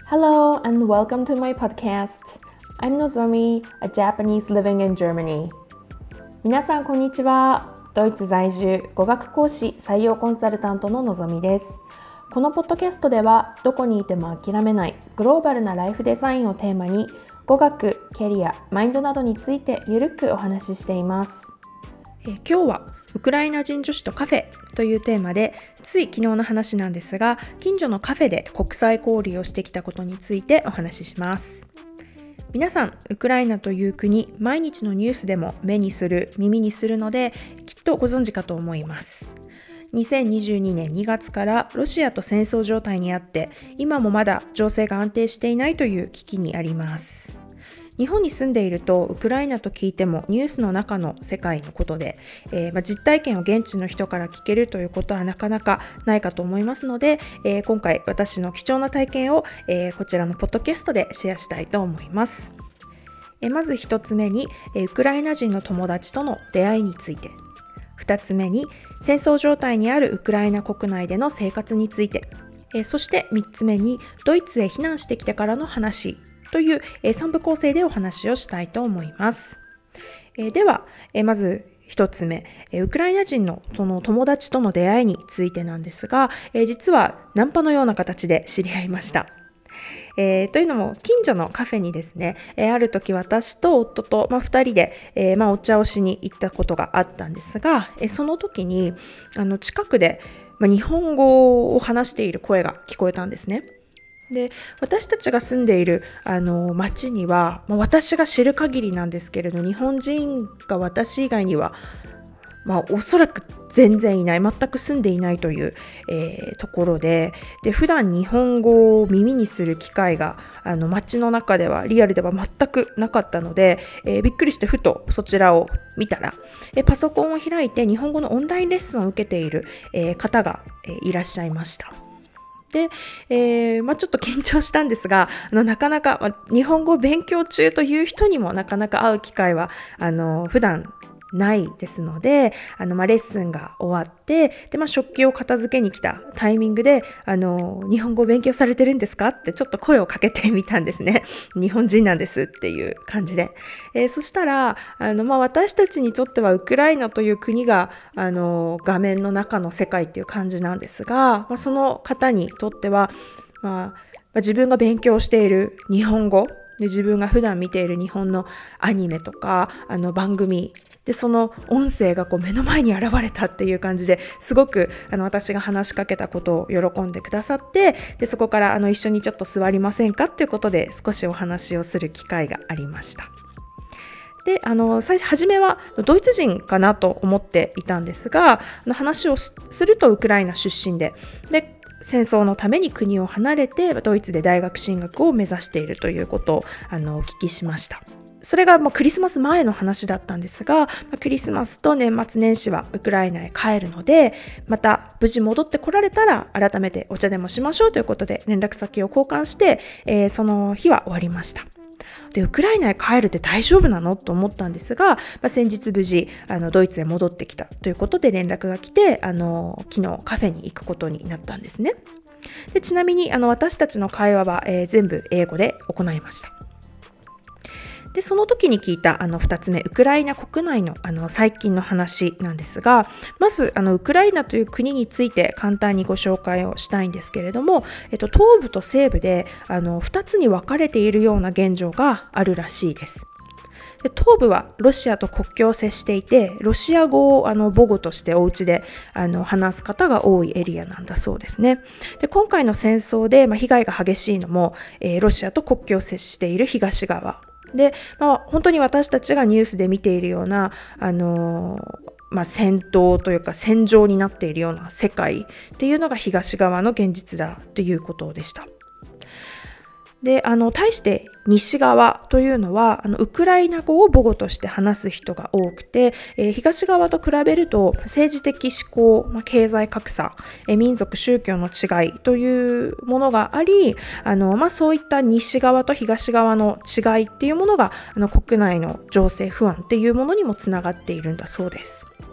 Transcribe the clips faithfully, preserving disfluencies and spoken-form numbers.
Hello and welcome to my podcast. I'm Nozomi, a Japanese living in Germany. 皆さんこんにちは。ドイツ在住、語学講師、採用コンサルタントののぞみです。このポッドキャストでは、どこにいても諦めないグローバルなライフデザインをテーマに、語学、キャリア、マインドなどについてゆるくお話ししています。 え今日はウクライナ人女子とカフェというテーマで、つい昨日の話なんですが、近所のカフェで国際交流をしてきたことについてお話しします。皆さん、ウクライナという国、毎日のニュースでも目にする、耳にするので、きっとご存知かと思います。にせんにじゅうにねんにがつからロシアと戦争状態にあって、今もまだ情勢が安定していないという危機にあります。日本に住んでいるとウクライナと聞いてもニュースの中の世界のことで、えーまあ、実体験を現地の人から聞けるということはなかなかないかと思いますので、えー、今回私の貴重な体験を、えー、こちらのポッドキャストでシェアしたいと思います。えー、まず一つ目に、えー、ウクライナ人の友達との出会いについて、二つ目に戦争状態にあるウクライナ国内での生活について、えー、そして三つ目にドイツへ避難してきてからの話というさん部構成でお話をしたいと思います。では、まず一つ目、ウクライナ人のその友達との出会いについてなんですが、実はナンパのような形で知り合いました。えー、というのも近所のカフェにですね、えー、ある時私と夫と、まあ、ふたりで、えーまあ、お茶をしに行ったことがあったんですが、えー、その時にあの近くで、まあ、日本語を話している声が聞こえたんですね。で、私たちが住んでいるあの町には、まあ、私が知る限りなんですけれど、日本人が私以外には、まあ、おそらく全然いない、全く住んでいないという、えー、ところで、で普段日本語を耳にする機会があの町の中ではリアルでは全くなかったので、えー、びっくりしてふとそちらを見たら、えー、パソコンを開いて日本語のオンラインレッスンを受けている、えー、方が、えー、いらっしゃいました。で、えーまあ、ちょっと緊張したんですが、あのなかなか、まあ、日本語を勉強中という人にもなかなか会う機会はあの普段ないですので、あの、まあ、レッスンが終わって、で、まあ、食器を片付けに来たタイミングで、あの、日本語を勉強されてるんですかってちょっと声をかけてみたんですね。日本人なんですっていう感じで。えー、そしたら、あの、まあ、私たちにとってはウクライナという国が、あの、画面の中の世界っていう感じなんですが、まあ、その方にとっては、まあ、まあ、自分が勉強している日本語、で自分が普段見ている日本のアニメとかあの番組で、その音声がこう目の前に現れたっていう感じですごくあの私が話しかけたことを喜んでくださって、でそこからあの一緒にちょっと座りませんかっていうことで少しお話をする機会がありました。であの最初初めはドイツ人かなと思っていたんですが、あの話をするとウクライナ出身でで戦争のために国を離れてドイツで大学進学を目指しているということをあのお聞きしました。それがもうクリスマス前の話だったんですが、クリスマスと年末年始はウクライナへ帰るので、また無事戻ってこられたら改めてお茶でもしましょうということで連絡先を交換して、えー、その日は終わりました。でウクライナへ帰るって大丈夫なのと思ったんですが、まあ、先日無事あのドイツへ戻ってきたということで連絡が来て、あの昨日カフェに行くことになったんですね。でちなみにあの私たちの会話は、えー、全部英語で行いました。でその時に聞いたあのふたつめ、ウクライナ国内 の, あの最近の話なんですが、まずあのウクライナという国について簡単にご紹介をしたいんですけれども、えっと、東部と西部であのふたつに分かれているような現状があるらしいです。で東部はロシアと国境を接していて、ロシア語をあの母語としてお家であの話す方が多いエリアなんだそうですね。で今回の戦争で、まあ、被害が激しいのも、えー、ロシアと国境を接している東側で、まあ、本当に私たちがニュースで見ているような、あのーまあ、戦闘というか戦場になっているような世界っていうのが東側の現実だということでした。であの対して西側というのはあのウクライナ語を母語として話す人が多くて、えー、東側と比べると政治的思考、まあ、経済格差、えー、民族宗教の違いというものがあり、あの、まあ、そういった西側と東側の違いっていうものがあの国内の情勢不安っていうものにもつながっているんだそうです。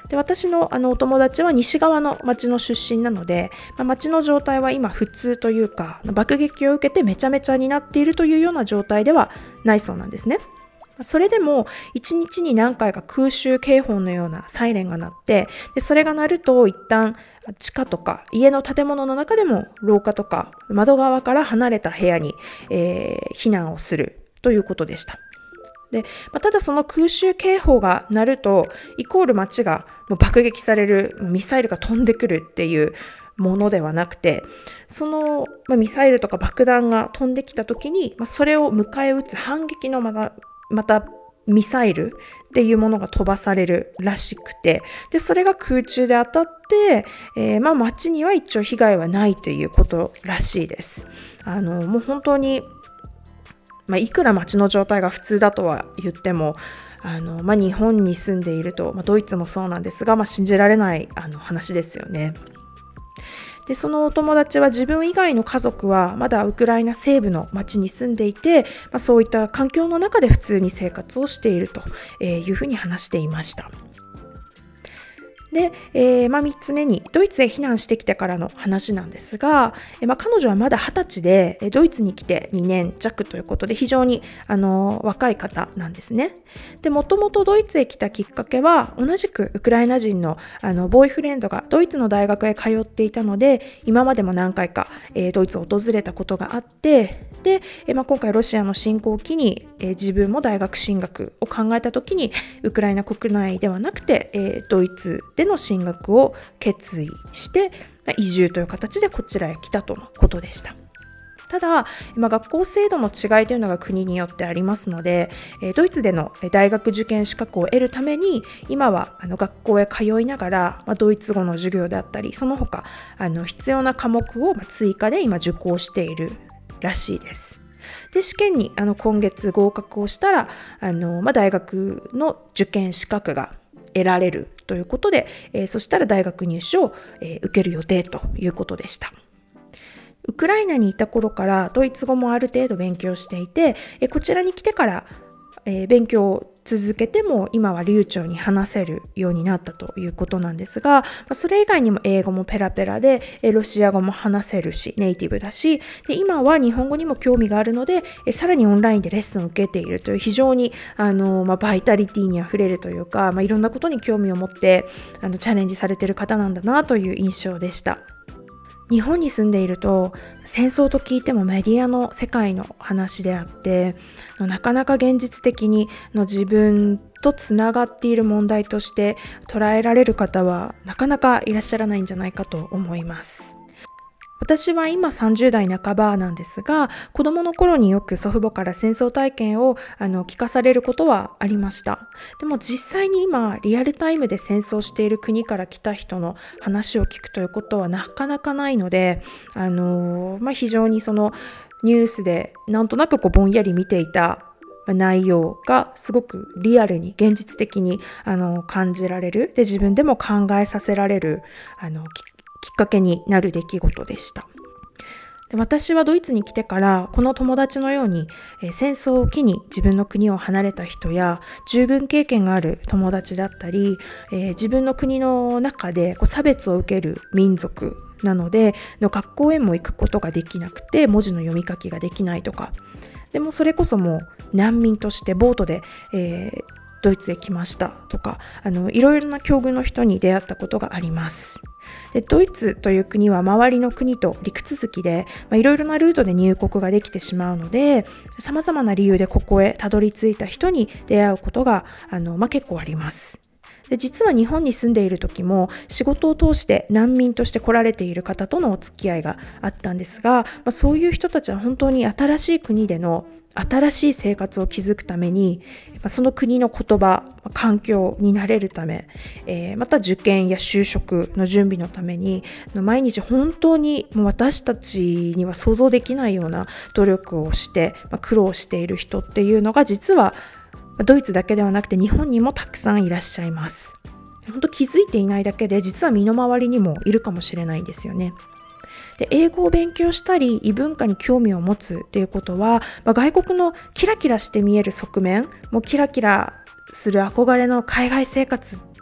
で私のあのお友達は西側の町の出身なので、まあ、町の状態は今普通というか、爆撃を受けてめちゃめちゃになっているというような状態ではないそうなんですね。それでもいちにちに何回か空襲警報のようなサイレンが鳴って、でそれが鳴ると一旦地下とか家の建物の中でも廊下とか窓側から離れた部屋に、えー、避難をするということでした。でまあ、ただその空襲警報が鳴るとイコール街がもう爆撃される、ミサイルが飛んでくるっていうものではなくて、その、まあ、ミサイルとか爆弾が飛んできた時に、まあ、それを迎え撃つ反撃のまたまたミサイルっていうものが飛ばされるらしくて、でそれが空中で当たって、えー、まあ街には一応被害はないということらしいです。あのもう本当に、まあ、いくら街の状態が普通だとは言っても、あの、まあ、日本に住んでいると、まあ、ドイツもそうなんですが、まあ、信じられないあの話ですよね。でそのお友達は自分以外の家族はまだウクライナ西部の町に住んでいて、まあ、そういった環境の中で普通に生活をしているというふうに話していました。で、えーまあ、みっつめにドイツへ避難してきてからの話なんですが、えーまあ、彼女はまだはたちでドイツに来てにねん弱ということで非常にあの若い方なんですね。でもともとドイツへ来たきっかけは同じくウクライナ人の、あのボーイフレンドがドイツの大学へ通っていたので、今までも何回か、えー、ドイツを訪れたことがあって、で、えーまあ、今回ロシアの侵攻を機に、えー、自分も大学進学を考えた時にウクライナ国内ではなくて、えー、ドイツでの進学を決意して移住という形でこちらへ来たとのことでした。ただ、まあ、学校制度の違いというのが国によってありますので、ドイツでの大学受験資格を得るために今はあの学校へ通いながら、まあ、ドイツ語の授業であったりその他あの必要な科目を追加で今受講しているらしいです。で試験にあの今月合格をしたらあの、まあ、大学の受験資格が得られるということで、えー、そしたら大学入試を、えー、受ける予定ということでした。ウクライナにいた頃からドイツ語もある程度勉強していて、えー、こちらに来てから、えー、勉強を続けても今は流暢に話せるようになったということなんですが、まあ、それ以外にも英語もペラペラで、えー、ロシア語も話せるしネイティブだし、で今は日本語にも興味があるので、えー、さらにオンラインでレッスンを受けているという非常にあの、まあ、バイタリティにあふれるというか、まあ、いろんなことに興味を持ってあのチャレンジされている方なんだなという印象でした。日本に住んでいると戦争と聞いてもメディアの世界の話であって、なかなか現実的にの自分とつながっている問題として捉えられる方はなかなかいらっしゃらないんじゃないかと思います。私は今さんじゅう代半ばなんですが、子供の頃によく祖父母から戦争体験をあの聞かされることはありました。でも実際に今リアルタイムで戦争している国から来た人の話を聞くということはなかなかないので、あのまあ、非常にそのニュースでなんとなくこうぼんやり見ていた内容がすごくリアルに現実的にあの感じられる、で自分でも考えさせられるあのきっかけになる出来事でした。で私はドイツに来てからこの友達のように、えー、戦争を機に自分の国を離れた人や従軍経験がある友達だったり、えー、自分の国の中でこう差別を受ける民族なのでの学校へも行くことができなくて文字の読み書きができないとか、でもそれこそもう難民としてボートで、えー、ドイツへ来ましたとか、あのいろいろな境遇の人に出会ったことがあります。でドイツという国は周りの国と陸続きで、まあ、いろいろなルートで入国ができてしまうので、さまざまな理由でここへたどり着いた人に出会うことがあの、まあ、結構あります。で実は日本に住んでいる時も仕事を通して難民として来られている方とのお付き合いがあったんですが、まあ、そういう人たちは本当に新しい国での新しい生活を築くためにその国の言葉、環境に慣れるため、えー、また受験や就職の準備のために毎日本当にもう私たちには想像できないような努力をして、まあ、苦労している人っていうのが実はドイツだけではなくて日本にもたくさんいらっしゃいます。本当気づいていないだけで実は身の回りにもいるかもしれないんですよね。で英語を勉強したり異文化に興味を持つっていうことは、まあ、外国のキラキラして見える側面もうキラキラする憧れの海外生活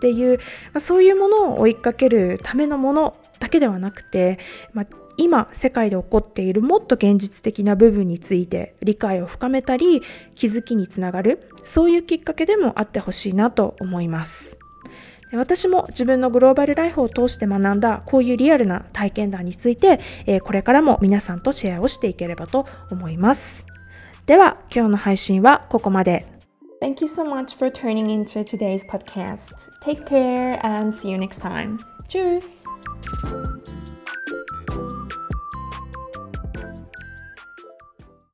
っていう、まあ、そういうものを追いかけるためのものだけではなくて、まあ、今世界で起こっているもっと現実的な部分について理解を深めたり気づきにつながる、そういうきっかけでもあってほしいなと思います。私も自分のグローバルライフを通して学んだこういうリアルな体験談について、これからも皆さんとシェアをしていければと思います。では今日の配信はここまで。 Thank you so much for tuning into today's podcast. Take care and see you next time. Tschüss!